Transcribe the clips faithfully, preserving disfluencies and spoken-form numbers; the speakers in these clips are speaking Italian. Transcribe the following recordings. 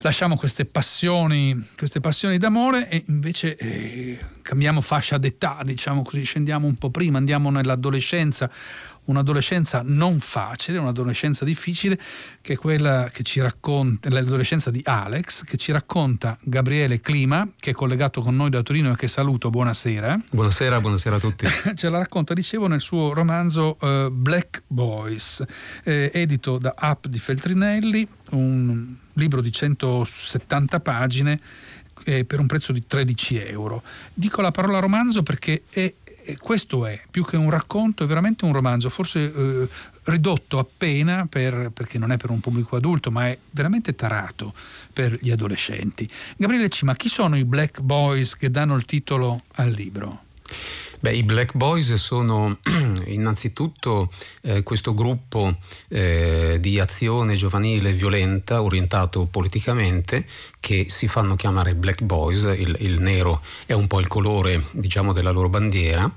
lasciamo queste passioni, queste passioni d'amore e invece eh, cambiamo fascia d'età, diciamo così, scendiamo un po' prima, andiamo nell'adolescenza, un'adolescenza non facile, un'adolescenza difficile, che è quella che ci racconta, l'adolescenza di Alex, che ci racconta Gabriele Clima, che è collegato con noi da Torino e che saluto, buonasera. Buonasera, buonasera a tutti. Ce la racconta, dicevo, nel suo romanzo uh, Black Boys, eh, edito da Up di Feltrinelli, un libro di centosettanta pagine eh, per un prezzo di tredici euro. Dico la parola romanzo perché è E questo è, più che un racconto, è veramente un romanzo, forse eh, ridotto appena per, perché non è per un pubblico adulto, ma è veramente tarato per gli adolescenti. Gabriele Clima, chi sono i Black Boys che danno il titolo al libro? Beh, i Black Boys sono innanzitutto eh, questo gruppo eh, di azione giovanile violenta orientato politicamente che si fanno chiamare Black Boys. Il, il nero è un po' il colore, diciamo, della loro bandiera,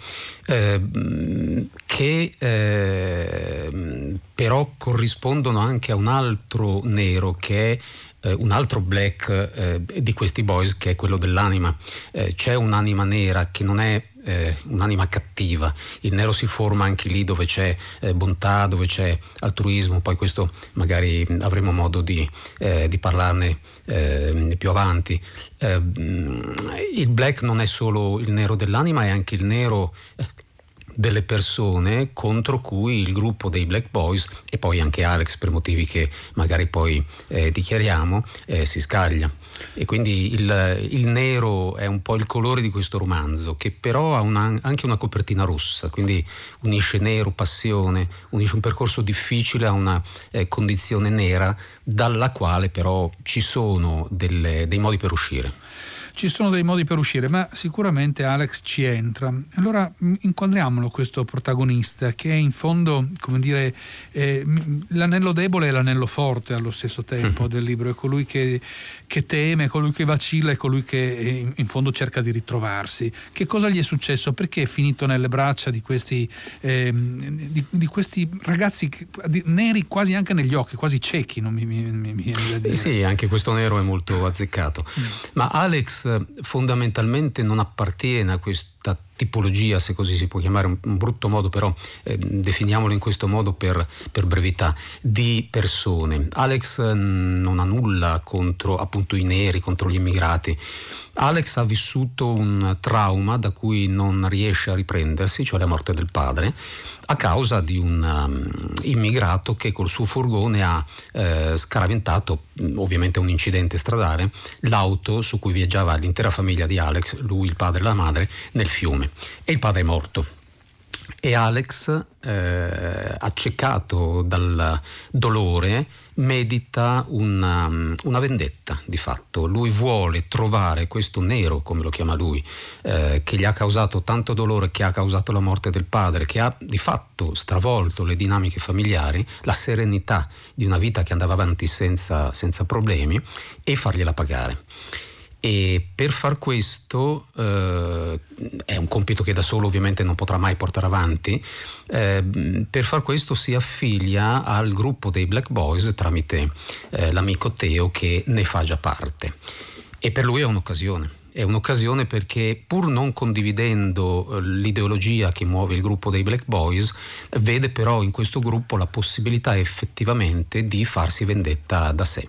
eh, che eh, però corrispondono anche a un altro nero che è un altro black eh, di questi boys, che è quello dell'anima. Eh, c'è un'anima nera che non è eh, un'anima cattiva. Il nero si forma anche lì dove c'è eh, bontà, dove c'è altruismo. Poi questo magari avremo modo di, eh, di parlarne eh, più avanti. Eh, il black non è solo il nero dell'anima, è anche il nero eh, delle persone contro cui il gruppo dei Black Boys, e poi anche Alex, per motivi che magari poi eh, dichiariamo, eh, si scaglia. E quindi il, il nero è un po' il colore di questo romanzo, che però ha una, anche una copertina rossa, quindi unisce nero, passione, unisce un percorso difficile a una eh, condizione nera, dalla quale però ci sono delle, dei modi per uscire. Ci sono dei modi per uscire, ma sicuramente Alex ci entra. Allora inquadriamolo questo protagonista che è in fondo, come dire, eh, l'anello debole e l'anello forte allo stesso tempo del libro. È colui che, che teme, colui che vacilla e colui che in fondo cerca di ritrovarsi. Che cosa gli è successo? Perché è finito nelle braccia di questi, eh, di, di questi ragazzi neri quasi anche negli occhi, quasi ciechi, non mi, mi, mi viene da dire. Eh sì, anche questo nero è molto azzeccato. Mm. Ma Alex fondamentalmente non appartiene a questa tipologia, se così si può chiamare, un, un brutto modo, però eh, definiamolo in questo modo per, per brevità, di persone. Alex non ha nulla contro appunto i neri, contro gli immigrati. Alex ha vissuto un trauma da cui non riesce a riprendersi, cioè la morte del padre, a causa di un um, immigrato che col suo furgone ha eh, scaraventato, ovviamente un incidente stradale, l'auto su cui viaggiava l'intera famiglia di Alex, lui, il padre e la madre, nel fiume. E il padre è morto. E Alex, eh, accecato dal dolore, medita una, una vendetta di fatto. Lui vuole trovare questo nero, come lo chiama lui, eh, che gli ha causato tanto dolore, che ha causato la morte del padre, che ha di fatto stravolto le dinamiche familiari, la serenità di una vita che andava avanti senza, senza problemi, e fargliela pagare. E per far questo eh, è un compito che da solo ovviamente non potrà mai portare avanti. Eh, per far questo si affiglia al gruppo dei Black Boys tramite eh, l'amico Teo, che ne fa già parte. E per lui è un'occasione. È un'occasione perché, pur non condividendo l'ideologia che muove il gruppo dei Black Boys, vede però in questo gruppo la possibilità effettivamente di farsi vendetta da sé.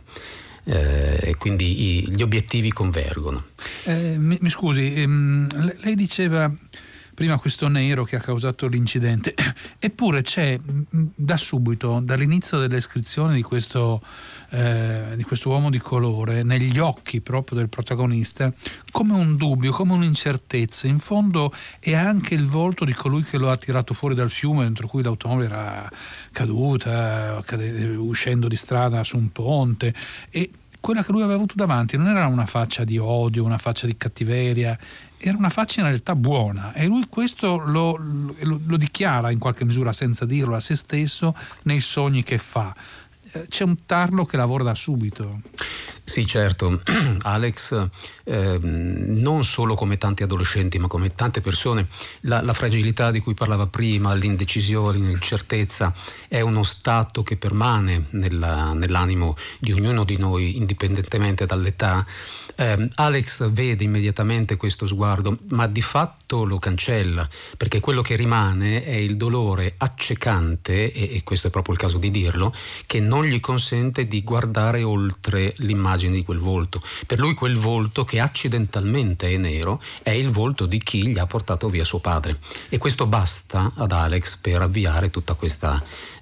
Eh, quindi i, gli obiettivi convergono. Eh, mi, mi scusi, ehm, lei diceva prima questo nero che ha causato l'incidente, eppure c'è da subito, dall'inizio della descrizione di questo, eh, di questo uomo di colore, negli occhi proprio del protagonista, come un dubbio, come un'incertezza. In fondo è anche il volto di colui che lo ha tirato fuori dal fiume dentro cui l'automobile era caduta, cade, uscendo di strada su un ponte, e quella che lui aveva avuto davanti non era una faccia di odio, una faccia di cattiveria, era una faccia in realtà buona, e lui questo lo, lo, lo dichiara in qualche misura, senza dirlo, a se stesso nei sogni che fa. C'è un tarlo che lavora da subito. Sì, certo. Alex, eh, non solo come tanti adolescenti, ma come tante persone, la, la fragilità di cui parlava prima, l'indecisione, l'incertezza, è uno stato che permane nella, nell'animo di ognuno di noi, indipendentemente dall'età. Eh, Alex vede immediatamente questo sguardo, ma di fatto lo cancella, perché quello che rimane è il dolore accecante, e, e questo è proprio il caso di dirlo, che non gli consente di guardare oltre l'immagine di quel volto. Per lui quel volto, che accidentalmente è nero, è il volto di chi gli ha portato via suo padre, e questo basta ad Alex per avviare tutta questa,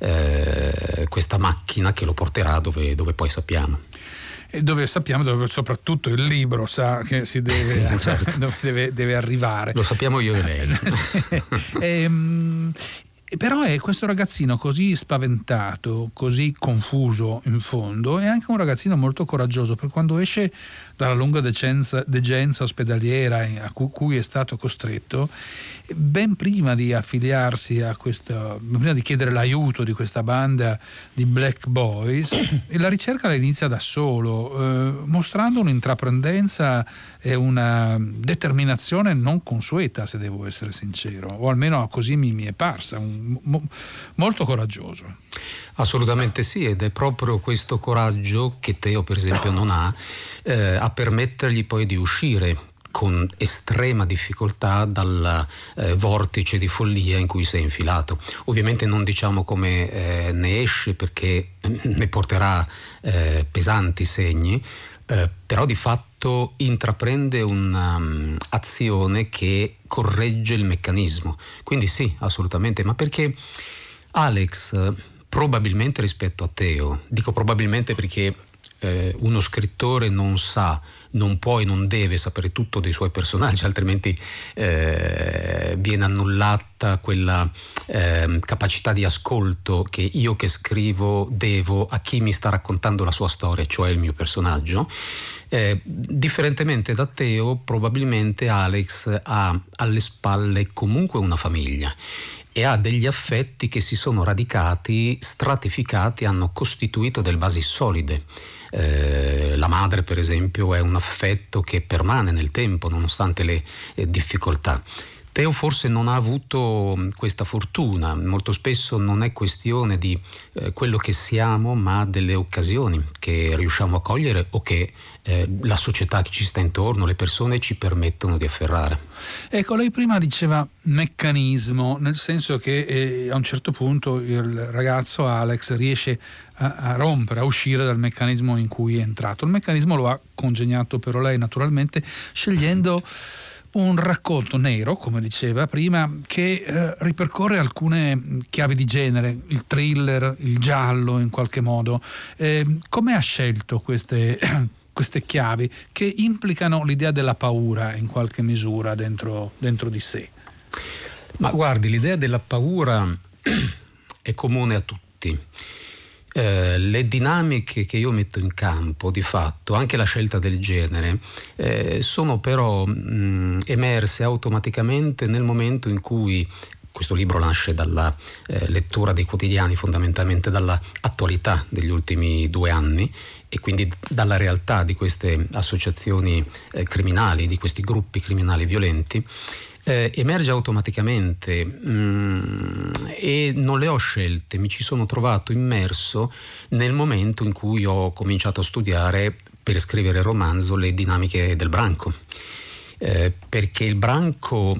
eh, questa macchina che lo porterà dove, dove poi sappiamo. E dove sappiamo, dove soprattutto il libro sa che si deve, sì, certo. dove deve, deve arrivare. Lo sappiamo io e lei. Sì. E, però è questo ragazzino così spaventato, così confuso in fondo, è anche un ragazzino molto coraggioso, perché quando esce dalla lunga decenza, degenza ospedaliera a cui è stato costretto, ben prima di affiliarsi a questa, prima di chiedere l'aiuto di questa banda di Black Boys, la ricerca la inizia da solo, eh, mostrando un'intraprendenza e una determinazione non consueta, se devo essere sincero, o almeno così mi, mi è parsa, un, mo, molto coraggioso. Assolutamente sì, ed è proprio questo coraggio che Teo per esempio non ha, eh, a permettergli poi di uscire con estrema difficoltà dal eh, vortice di follia in cui si è infilato. Ovviamente non diciamo come eh, ne esce, perché ne porterà eh, pesanti segni, eh, però di fatto intraprende un'azione um, che corregge il meccanismo. Quindi sì, assolutamente, ma perché Alex, probabilmente rispetto a Teo, dico probabilmente perché eh, uno scrittore non sa, non può e non deve sapere tutto dei suoi personaggi, altrimenti eh, viene annullata quella eh, capacità di ascolto che io che scrivo devo a chi mi sta raccontando la sua storia, cioè il mio personaggio. Eh, differentemente da Teo, probabilmente Alex ha alle spalle comunque una famiglia e ha degli affetti che si sono radicati, stratificati, hanno costituito delle basi solide. Eh, la madre, per esempio, è un affetto che permane nel tempo nonostante le eh, difficoltà. Teo forse non ha avuto questa fortuna, molto spesso non è questione di eh, quello che siamo, ma delle occasioni che riusciamo a cogliere o che eh, la società che ci sta intorno, le persone ci permettono di afferrare. Ecco, lei prima diceva meccanismo, nel senso che eh, a un certo punto il ragazzo Alex riesce a, a rompere, a uscire dal meccanismo in cui è entrato. Il meccanismo lo ha congegnato però lei naturalmente, scegliendo un racconto nero, come diceva prima, che eh, ripercorre alcune chiavi di genere, il thriller, il giallo in qualche modo. Eh, come ha scelto queste, queste chiavi che implicano l'idea della paura in qualche misura dentro, dentro di sé? Ma guardi, l'idea della paura è comune a tutti. Eh, le dinamiche che io metto in campo, di fatto, anche la scelta del genere, eh, sono però mh, emerse automaticamente nel momento in cui questo libro nasce dalla eh, lettura dei quotidiani, fondamentalmente dalla attualità degli ultimi due anni e quindi dalla realtà di queste associazioni eh, criminali, di questi gruppi criminali violenti. Eh, emerge automaticamente mh, e non le ho scelte, mi ci sono trovato immerso nel momento in cui ho cominciato a studiare per scrivere il romanzo le dinamiche del branco. Eh, perché il branco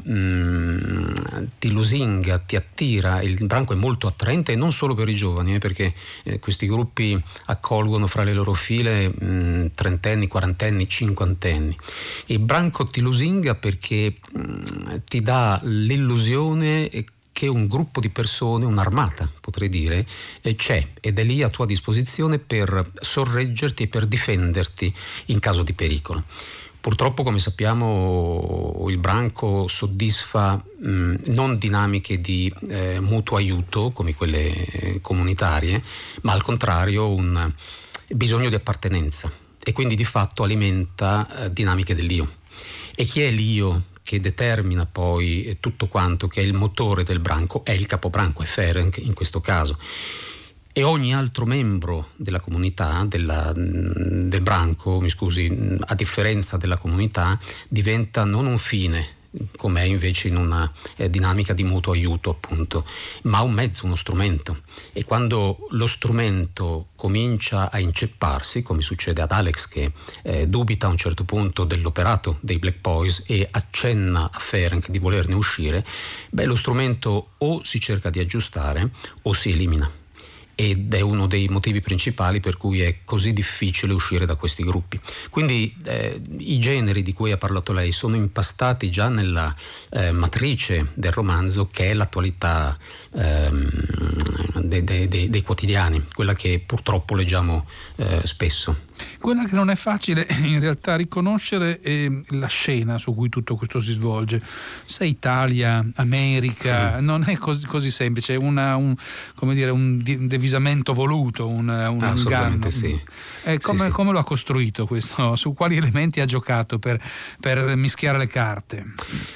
mh, ti lusinga, ti attira, il branco è molto attraente e non solo per i giovani, eh, perché eh, questi gruppi accolgono fra le loro file mh, trentenni, quarantenni, cinquantenni. Il branco ti lusinga perché mh, ti dà l'illusione che un gruppo di persone, un'armata potrei dire, eh, c'è ed è lì a tua disposizione per sorreggerti e per difenderti in caso di pericolo. Purtroppo, come sappiamo, il branco soddisfa mh, non dinamiche di eh, mutuo aiuto come quelle eh, comunitarie, ma al contrario un bisogno di appartenenza e quindi di fatto alimenta eh, dinamiche dell'io. E chi è l'io che determina poi eh, tutto quanto, che è il motore del branco, è il capobranco, è Ferenc in questo caso. e ogni altro membro della comunità, della, del branco, mi scusi, a differenza della comunità, diventa non un fine, come è invece in una eh, dinamica di mutuo aiuto, appunto, ma un mezzo, uno strumento. E quando lo strumento comincia a incepparsi, come succede ad Alex, che eh, dubita a un certo punto dell'operato dei Black Boys e accenna a Ferenc di volerne uscire, beh, lo strumento o si cerca di aggiustare o si elimina. Ed è uno dei motivi principali per cui è così difficile uscire da questi gruppi. Quindi eh, i generi di cui ha parlato lei sono impastati già nella eh, matrice del romanzo, che è l'attualità ehm, dei, dei, dei, dei quotidiani, quella che purtroppo leggiamo eh, spesso. Quella che non è facile in realtà riconoscere è la scena su cui tutto questo si svolge. Se Italia, America, sì. Non è così, così semplice, è una, un, come dire, un devisamento voluto, un, un assolutamente inganno. Sì. E come, sì, sì. come lo ha costruito questo? Su quali elementi ha giocato per, per mischiare le carte?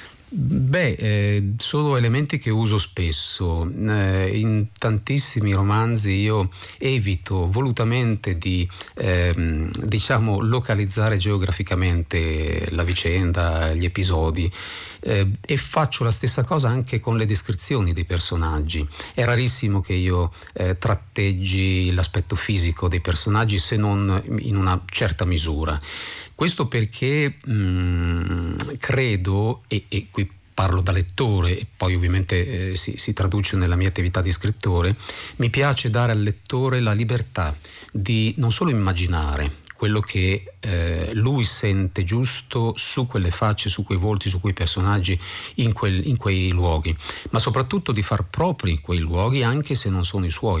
Beh, eh, sono elementi che uso spesso. Eh, in tantissimi romanzi io evito volutamente di ehm, diciamo localizzare geograficamente la vicenda, gli episodi. Eh, e faccio la stessa cosa anche con le descrizioni dei personaggi. È rarissimo che io eh, tratteggi l'aspetto fisico dei personaggi, se non in una certa misura. Questo perché mh, credo, e, e qui parlo da lettore e poi ovviamente eh, si, si traduce nella mia attività di scrittore, mi piace dare al lettore la libertà di non solo immaginare quello che eh, lui sente giusto su quelle facce, su quei volti, su quei personaggi, in, quel, in quei luoghi, ma soprattutto di far propri quei luoghi anche se non sono i suoi.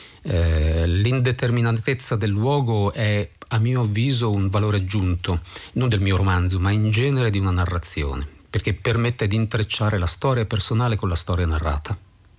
Eh, l'indeterminatezza del luogo è, a mio avviso, un valore aggiunto, non del mio romanzo, ma in genere di una narrazione, perché permette di intrecciare la storia personale con la storia narrata.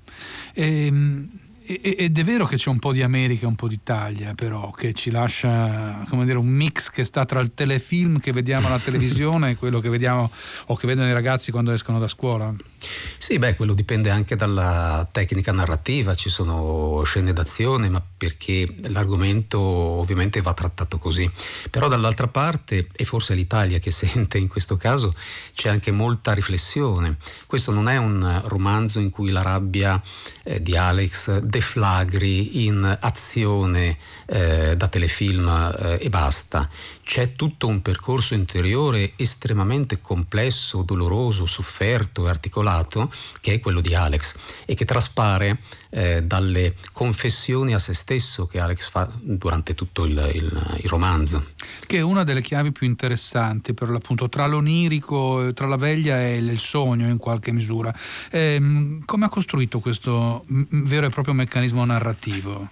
Ehm... Ed è vero che c'è un po' di America e un po' d'Italia, però, che ci lascia, come dire, un mix che sta tra il telefilm che vediamo alla televisione e quello che vediamo o che vedono i ragazzi quando escono da scuola. Sì, beh, quello dipende anche dalla tecnica narrativa, ci sono scene d'azione, ma perché l'argomento ovviamente va trattato così. Però dall'altra parte, e forse è l'Italia che sente in questo caso, c'è anche molta riflessione. Questo non è un romanzo in cui la rabbia eh, di Alex deflagri in azione eh, da telefilm eh, e basta. C'è tutto un percorso interiore estremamente complesso, doloroso, sofferto e articolato, che è quello di Alex e che traspare eh, dalle confessioni a se stesso che Alex fa durante tutto il, il, il romanzo. Che è una delle chiavi più interessanti, per l'appunto, tra l'onirico, tra la veglia e il sogno in qualche misura. Eh, come ha costruito questo vero e proprio meccanismo narrativo?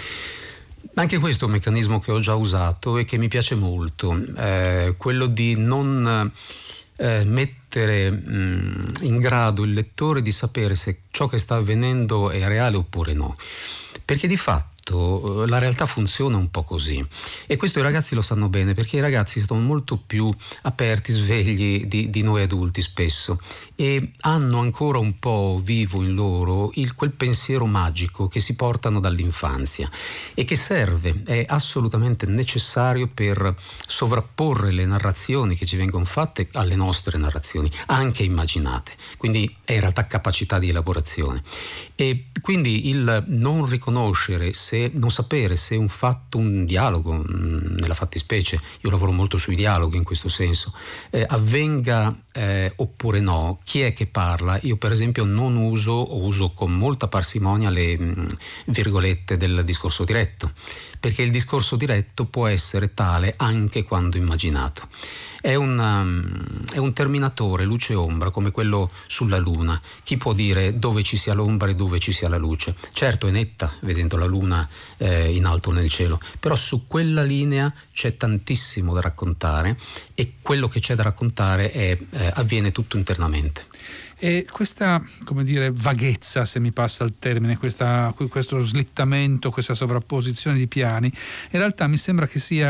Anche questo è un meccanismo che ho già usato e che mi piace molto, eh, quello di non eh, mettere mh, in grado il lettore di sapere se ciò che sta avvenendo è reale oppure no, perché di fatto la realtà funziona un po' così, e questo i ragazzi lo sanno bene, perché i ragazzi sono molto più aperti, svegli di, di noi adulti spesso, e hanno ancora un po' vivo in loro il, quel pensiero magico che si portano dall'infanzia e che serve, è assolutamente necessario per sovrapporre le narrazioni che ci vengono fatte alle nostre narrazioni, anche immaginate. Quindi è in realtà capacità di elaborazione, e quindi il non riconoscere, se, non sapere se un fatto, un dialogo, nella fattispecie io lavoro molto sui dialoghi in questo senso, eh, avvenga eh, oppure no, chi è che parla. Io per esempio non uso o uso con molta parsimonia le mh, virgolette del discorso diretto, perché il discorso diretto può essere tale anche quando immaginato. È un, um, è un terminatore luce e ombra, come quello sulla Luna. Chi può dire dove ci sia l'ombra e dove ci sia la luce? Certo, è netta vedendo la Luna eh, in alto nel cielo, però su quella linea c'è tantissimo da raccontare, e quello che c'è da raccontare è, eh, avviene tutto internamente. E questa, come dire, vaghezza, se mi passa il termine, questa, questo slittamento, questa sovrapposizione di piani, in realtà mi sembra che sia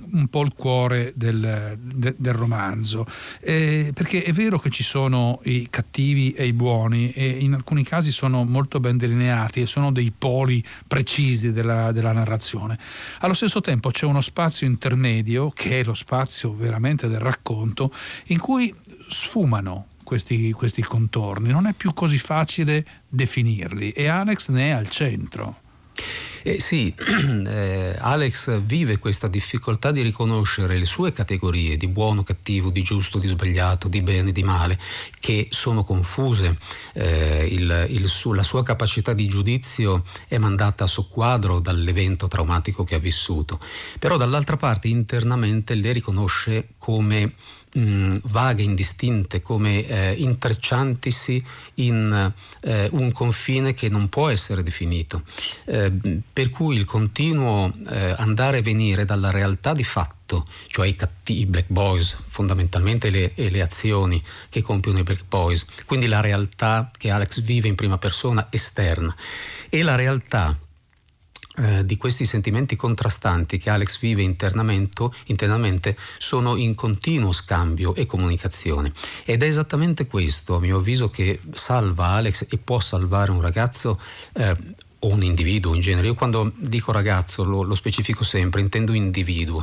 un po' il cuore del, de, del romanzo, eh, perché è vero che ci sono i cattivi e i buoni, e in alcuni casi sono molto ben delineati e sono dei poli precisi della, della narrazione. Allo stesso tempo c'è uno spazio intermedio, che è lo spazio veramente del racconto, in cui sfumano questi, questi contorni, non è più così facile definirli, e Alex ne è al centro. Eh sì, eh, Alex vive questa difficoltà di riconoscere le sue categorie di buono, cattivo, di giusto, di sbagliato, di bene, di male, che sono confuse. Eh, il, il su, la sua capacità di giudizio è mandata a soqquadro dall'evento traumatico che ha vissuto. Però dall'altra parte internamente le riconosce come mh, vaghe, indistinte, come eh, intrecciantisi in eh, un confine che non può essere definito. Eh, per cui il continuo eh, andare e venire dalla realtà di fatto, cioè i cattivi, i Black Boys, fondamentalmente le, e le azioni che compiono i Black Boys, quindi la realtà che Alex vive in prima persona esterna, e la realtà eh, di questi sentimenti contrastanti che Alex vive internamente, internamente sono in continuo scambio e comunicazione, ed è esattamente questo, a mio avviso, che salva Alex e può salvare un ragazzo eh, o un individuo in genere. Io quando dico ragazzo lo, lo specifico sempre, intendo individuo.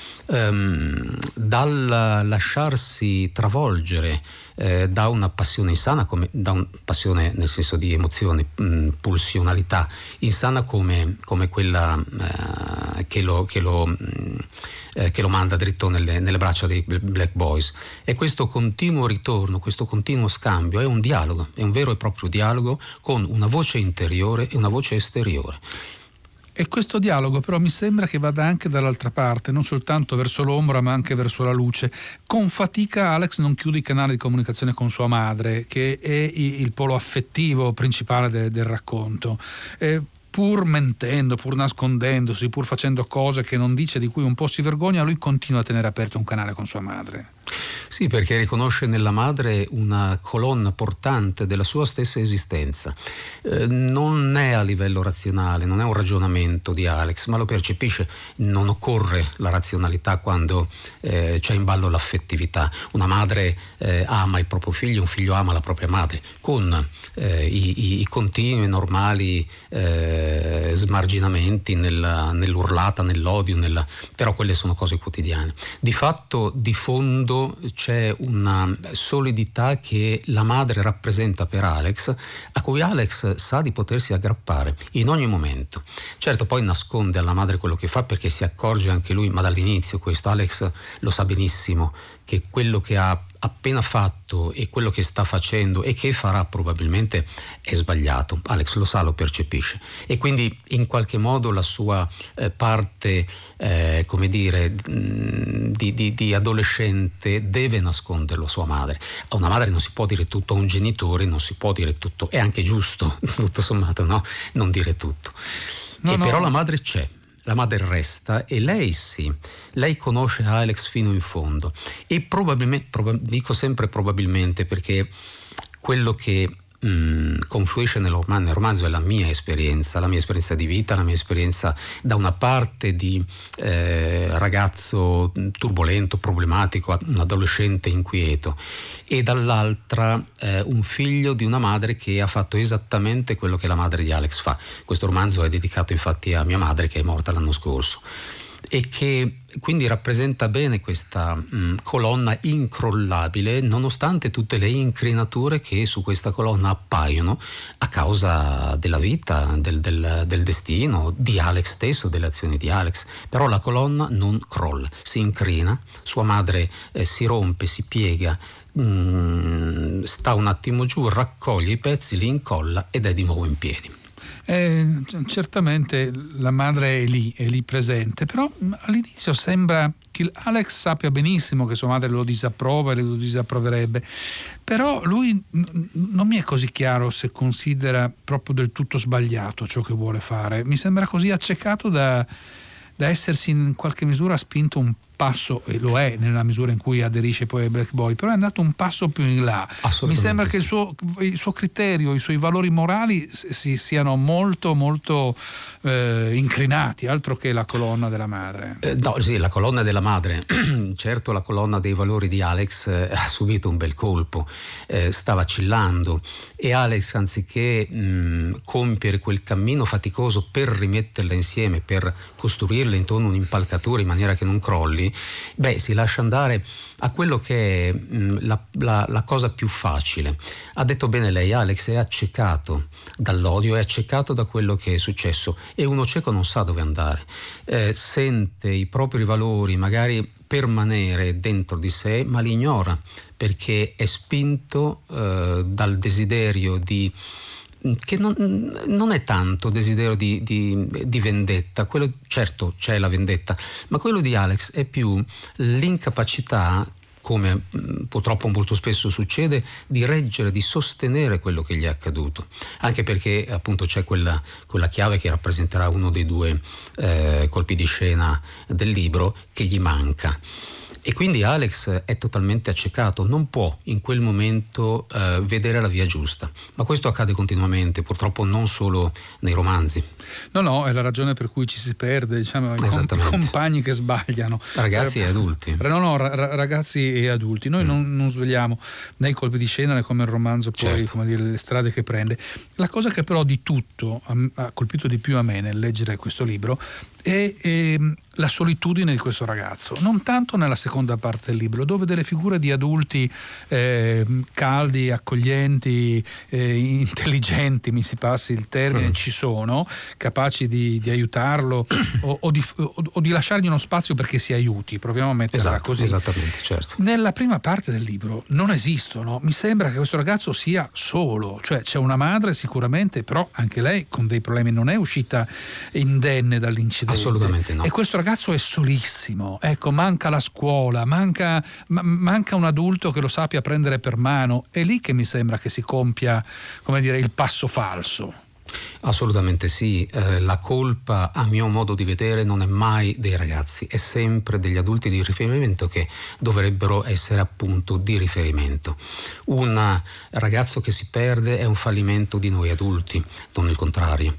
Um, dal lasciarsi travolgere eh, da una passione insana, come, da una passione nel senso di emozione, mh, pulsionalità insana come, come quella eh, che, lo, che, lo, mh, eh, che lo manda dritto nelle, nelle braccia dei Black Boys. E questo continuo ritorno, questo continuo scambio è un dialogo, è un vero e proprio dialogo con una voce interiore e una voce esteriore. E questo dialogo però mi sembra che vada anche dall'altra parte, non soltanto verso l'ombra ma anche verso la luce. Con fatica Alex non chiude i canali di comunicazione con sua madre, che è il polo affettivo principale de, del racconto. Eh, pur mentendo, pur nascondendosi, pur facendo cose che non dice, di cui un po' si vergogna, lui continua a tenere aperto un canale con sua madre. Sì, perché riconosce nella madre una colonna portante della sua stessa esistenza. Eh, non è a livello razionale, non è un ragionamento di Alex, ma lo percepisce. Non occorre la razionalità quando eh, c'è in ballo l'affettività. Una madre eh, ama il proprio figlio, un figlio ama la propria madre, con eh, i, i continui normali eh, smarginamenti nella, nell'urlata, nell'odio, nella... però quelle sono cose quotidiane. Di fatto, di fondo, c'è una solidità che la madre rappresenta per Alex, a cui Alex sa di potersi aggrappare in ogni momento. Certo, poi nasconde alla madre quello che fa, perché si accorge anche lui, ma dall'inizio questo Alex lo sa benissimo, che quello che ha appena fatto e quello che sta facendo e che farà probabilmente è sbagliato. Alex lo sa, lo percepisce, e quindi in qualche modo la sua eh, parte eh, come dire di, di, di adolescente deve nasconderlo a sua madre. A una madre non si può dire tutto, a un genitore non si può dire tutto, è anche giusto tutto sommato, no? Non dire tutto. No, e no. Però la madre c'è. La madre resta, e lei sì, lei conosce Alex fino in fondo, e probabilmente, prob- dico sempre probabilmente, perché quello che mh, confluisce nel romanzo, nel romanzo è la mia esperienza, la mia esperienza di vita, la mia esperienza da una parte di eh, ragazzo turbolento, problematico, un adolescente inquieto, e dall'altra eh, un figlio di una madre che ha fatto esattamente quello che la madre di Alex fa. Questo romanzo è dedicato infatti a mia madre, che è morta l'anno scorso, e che quindi rappresenta bene questa mh, colonna incrollabile, nonostante tutte le incrinature che su questa colonna appaiono a causa della vita, del, del, del destino, di Alex stesso, delle azioni di Alex. Però la colonna non crolla, si incrina, sua madre eh, si rompe, si piega, mh, sta un attimo giù, raccoglie i pezzi, li incolla ed è di nuovo in piedi. Eh, certamente la madre è lì, è lì presente, però all'inizio sembra che Alex sappia benissimo che sua madre lo disapprova e lo disapproverebbe, però lui n- non mi è così chiaro se considera proprio del tutto sbagliato ciò che vuole fare. Mi sembra così accecato da, da essersi in qualche misura spinto un passo, e lo è nella misura in cui aderisce poi ai Black Boy, però è andato un passo più in là. Mi sembra che il suo, il suo criterio, i suoi valori morali si siano molto molto eh, incrinati, altro che la colonna della madre. Eh, no, sì, la colonna della madre, certo la colonna dei valori di Alex eh, ha subito un bel colpo, eh, sta vacillando, e Alex, anziché mh, compiere quel cammino faticoso per rimetterla insieme, per costruirla intorno a un'impalcatura in maniera che non crolli, beh, si lascia andare a quello che è mh, la, la, la cosa più facile. Ha detto bene lei, Alex è accecato dall'odio, è accecato da quello che è successo, e uno cieco non sa dove andare, eh, sente i propri valori magari permanere dentro di sé, ma li ignora perché è spinto eh, dal desiderio di che non, non è tanto desiderio di, di, di vendetta, quello certo c'è la vendetta, ma quello di Alex è più l'incapacità, come mh, purtroppo molto spesso succede, di reggere, di sostenere quello che gli è accaduto, anche perché appunto c'è quella, quella chiave che rappresenterà uno dei due eh, colpi di scena del libro che gli manca. E quindi Alex è totalmente accecato, non può in quel momento eh, vedere la via giusta. Ma questo accade continuamente, purtroppo non solo nei romanzi. No, no, è la ragione per cui ci si perde, diciamo, i, com- i compagni che sbagliano. Ragazzi eh, e adulti. No, no, ra- ragazzi e adulti. Noi mm. non, non svegliamo né i colpi di scena né come il romanzo poi, certo. come dire, le strade che prende. La cosa che però di tutto ha, ha colpito di più a me nel leggere questo libro è, è la solitudine di questo ragazzo, non tanto nella seconda parte del libro, dove delle figure di adulti eh, caldi, accoglienti, eh, intelligenti, mi si passi il termine, sì. ci sono, capaci di, di aiutarlo o, o, di, o, o di lasciargli uno spazio perché si aiuti, proviamo a metterla esatto, così. Esattamente, certo. Nella prima parte del libro non esistono, mi sembra che questo ragazzo sia solo, cioè c'è una madre sicuramente, però anche lei con dei problemi, non è uscita indenne dall'incidente. Assolutamente no. E questo ragazzo è solissimo, ecco, manca la scuola, manca, ma, manca un adulto che lo sappia prendere per mano, è lì che mi sembra che si compia, come dire, il passo falso. Assolutamente sì, eh, la colpa a mio modo di vedere non è mai dei ragazzi, è sempre degli adulti di riferimento che dovrebbero essere appunto di riferimento. Un ragazzo che si perde è un fallimento di noi adulti, non il contrario.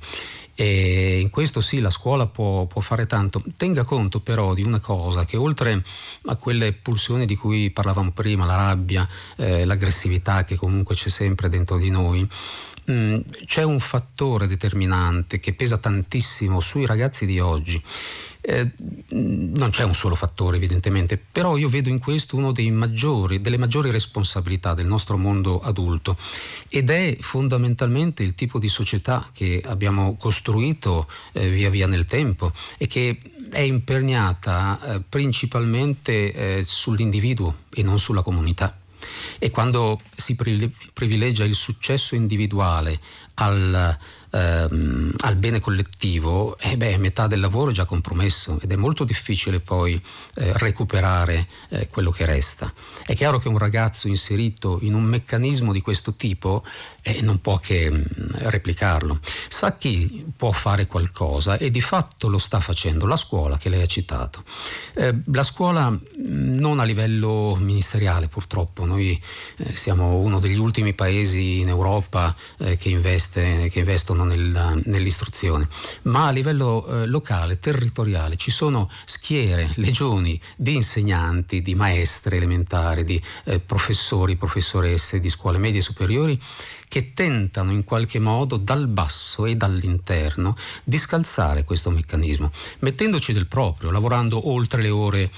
E in questo sì, la scuola può, può fare tanto. Tenga conto però di una cosa, che oltre a quelle pulsioni di cui parlavamo prima, la rabbia, eh, l'aggressività che comunque c'è sempre dentro di noi, mh, c'è un fattore determinante che pesa tantissimo sui ragazzi di oggi. Eh, non c'è un solo fattore evidentemente, però io vedo in questo uno dei maggiori, delle maggiori responsabilità del nostro mondo adulto, ed è fondamentalmente il tipo di società che abbiamo costruito eh, via via nel tempo e che è imperniata eh, principalmente eh, sull'individuo e non sulla comunità. E quando si privilegia il successo individuale al Ehm, al bene collettivo, eh beh, metà del lavoro è già compromesso ed è molto difficile poi eh, recuperare eh, quello che resta. È chiaro che un ragazzo inserito in un meccanismo di questo tipo eh, non può che mh, replicarlo. Sa chi può fare qualcosa e di fatto lo sta facendo, la scuola che lei ha citato. Eh, la scuola mh, non a livello ministeriale, purtroppo, noi eh, siamo uno degli ultimi paesi in Europa eh, che investe, che investono Nel, nell'istruzione, ma a livello eh, locale, territoriale, ci sono schiere, legioni di insegnanti, di maestre elementari, di eh, professori, professoresse di scuole medie e superiori che tentano in qualche modo dal basso e dall'interno di scalzare questo meccanismo, mettendoci del proprio, lavorando oltre le ore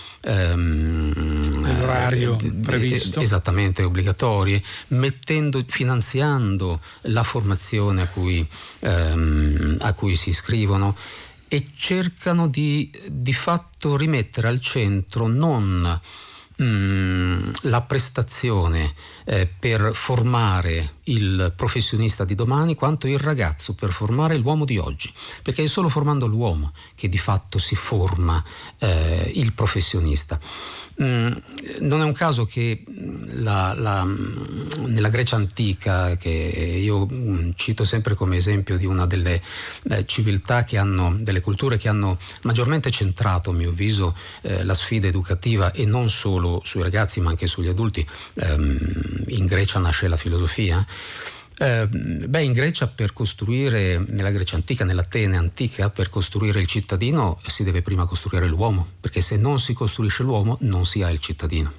ehm, l'orario eh, previsto, esattamente obbligatorie, mettendo, finanziando la formazione a cui, ehm, a cui si iscrivono, e cercano di di fatto rimettere al centro non la prestazione eh, per formare il professionista di domani, quanto il ragazzo per formare l'uomo di oggi, perché è solo formando l'uomo che di fatto si forma eh, il professionista. Mm, non è un caso che la, la, nella Grecia antica, che io cito sempre come esempio di una delle eh, civiltà che hanno, delle culture che hanno maggiormente centrato, a mio avviso, eh, la sfida educativa, e non solo sui ragazzi ma anche sugli adulti. ehm, in Grecia nasce la filosofia. Eh, beh, in Grecia, per costruire, nella Grecia antica, nell'Atene antica, per costruire il cittadino si deve prima costruire l'uomo, perché se non si costruisce l'uomo non si ha il cittadino.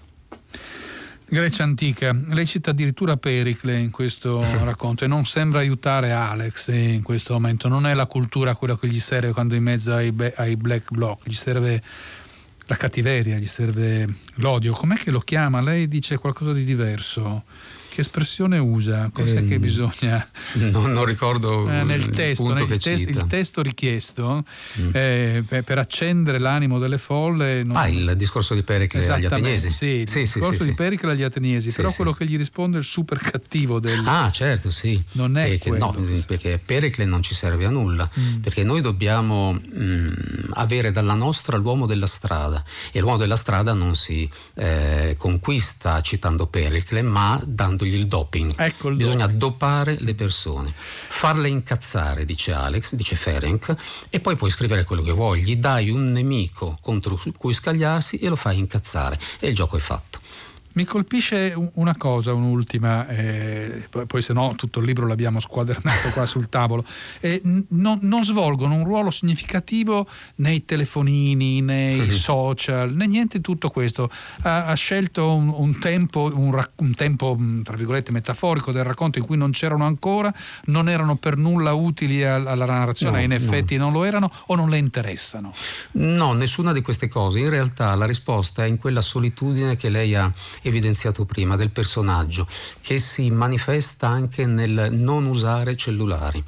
Grecia antica, lei cita addirittura Pericle in questo racconto, e non sembra aiutare Alex in questo momento. Non è la cultura quella che gli serve quando è in mezzo ai, be- ai black bloc, gli serve la cattiveria, gli serve l'odio. Com'è che lo chiama? Lei dice qualcosa di diverso. Che espressione usa? Cos'è eh, che bisogna? Non, non ricordo eh, nel il testo, punto nel che test, cita. Il testo richiesto mm. eh, per, per accendere l'animo delle folle. Non... Ah, il discorso di Pericle agli Ateniesi. Sì, il sì, discorso sì, di sì. Pericle agli Ateniesi, sì, però sì. quello che gli risponde è il super cattivo del... Ah, certo, sì. Non è perché, quello. No, perché Pericle non ci serve a nulla, mm. perché noi dobbiamo mh, avere dalla nostra l'uomo della strada, e l'uomo della strada non si eh, conquista citando Pericle, ma dandogli il doping. Ecco il Bisogna doping. dopare le persone, farle incazzare, dice Alex, dice Ferenc, e poi puoi scrivere quello che vuoi, gli dai un nemico contro cui scagliarsi e lo fai incazzare, e il gioco è fatto. Mi colpisce una cosa, un'ultima, eh, poi, poi se no tutto il libro l'abbiamo squadernato qua sul tavolo. Eh, non, non svolgono un ruolo significativo nei telefonini, nei sì. social, né niente di tutto questo. Ha, ha scelto un, un tempo, un, un tempo tra virgolette metaforico del racconto in cui non c'erano ancora, non erano per nulla utili alla, alla narrazione, no, in effetti no. non lo erano, o non le interessano? No, nessuna di queste cose. In realtà la risposta è in quella solitudine che lei ha evidenziato prima del personaggio, che si manifesta anche nel non usare cellulari.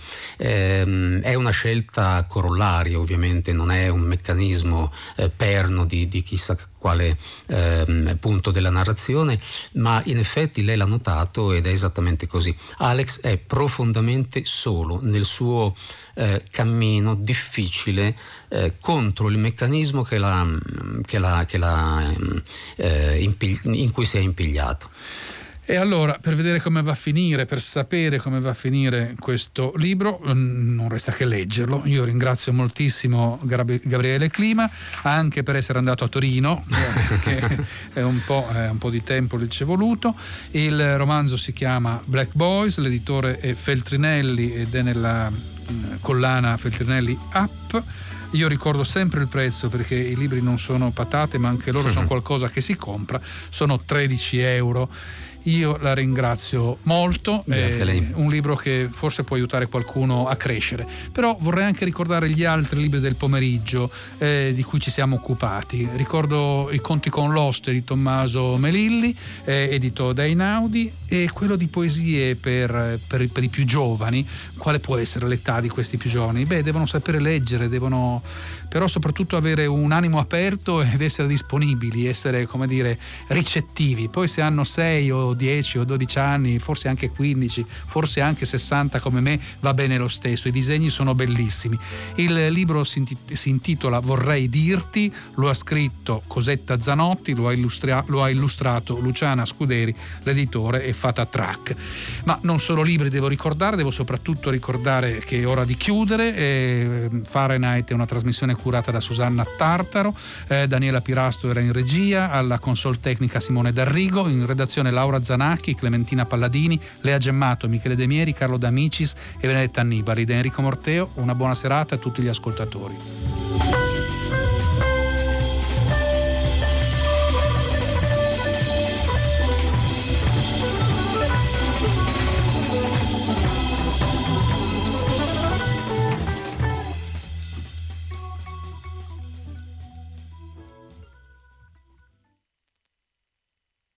Eh, è una scelta corollaria, ovviamente, non è un meccanismo eh, perno di, di chissà quale eh, punto della narrazione, ma in effetti lei l'ha notato ed è esattamente così. Alex è profondamente solo nel suo eh, cammino difficile eh, contro il meccanismo che l'ha, che l'ha, che l'ha, eh, impig- in cui si è impigliato. E allora, per vedere come va a finire, per sapere come va a finire questo libro, non resta che leggerlo. Io ringrazio moltissimo Gabriele Clima, anche per essere andato a Torino, che è un po', è un po' di tempo che ci è voluto. Il romanzo si chiama Black Boys, l'editore è Feltrinelli ed è nella collana Feltrinelli Up. Io ricordo sempre il prezzo, perché i libri non sono patate, ma anche loro sono qualcosa che si compra, sono tredici euro. Io la ringrazio molto, grazie è a lei. Un libro che forse può aiutare qualcuno a crescere, però vorrei anche ricordare gli altri libri del pomeriggio eh, di cui ci siamo occupati. Ricordo I conti con l'oste di Tommaso Melilli, eh, edito da Einaudi, e quello di poesie per, per, per i più giovani. Quale può essere l'età di questi più giovani? Beh, devono sapere leggere, devono però soprattutto avere un animo aperto ed essere disponibili, essere, come dire, ricettivi. Poi se hanno sei o dieci o dodici anni, forse anche quindici, forse anche sessanta come me, va bene lo stesso. I disegni sono bellissimi. Il libro si intitola Vorrei dirti, lo ha scritto Cosetta Zanotti, lo ha, illustra- lo ha illustrato Luciana Scuderi, l'editore è Fata Track. Ma non solo libri devo ricordare, devo soprattutto ricordare che è ora di chiudere. eh, Fahrenheit è una trasmissione curata da Susanna Tartaro, eh, Daniela Pirasto era in regia, alla console tecnica Simone D'Arrigo, in redazione Laura Zanacchi, Clementina Palladini, Lea Gemmato, Michele De Mieri, Carlo D'Amicis e Benedetta Annibali. Da Enrico Morteo, una buona serata a tutti gli ascoltatori.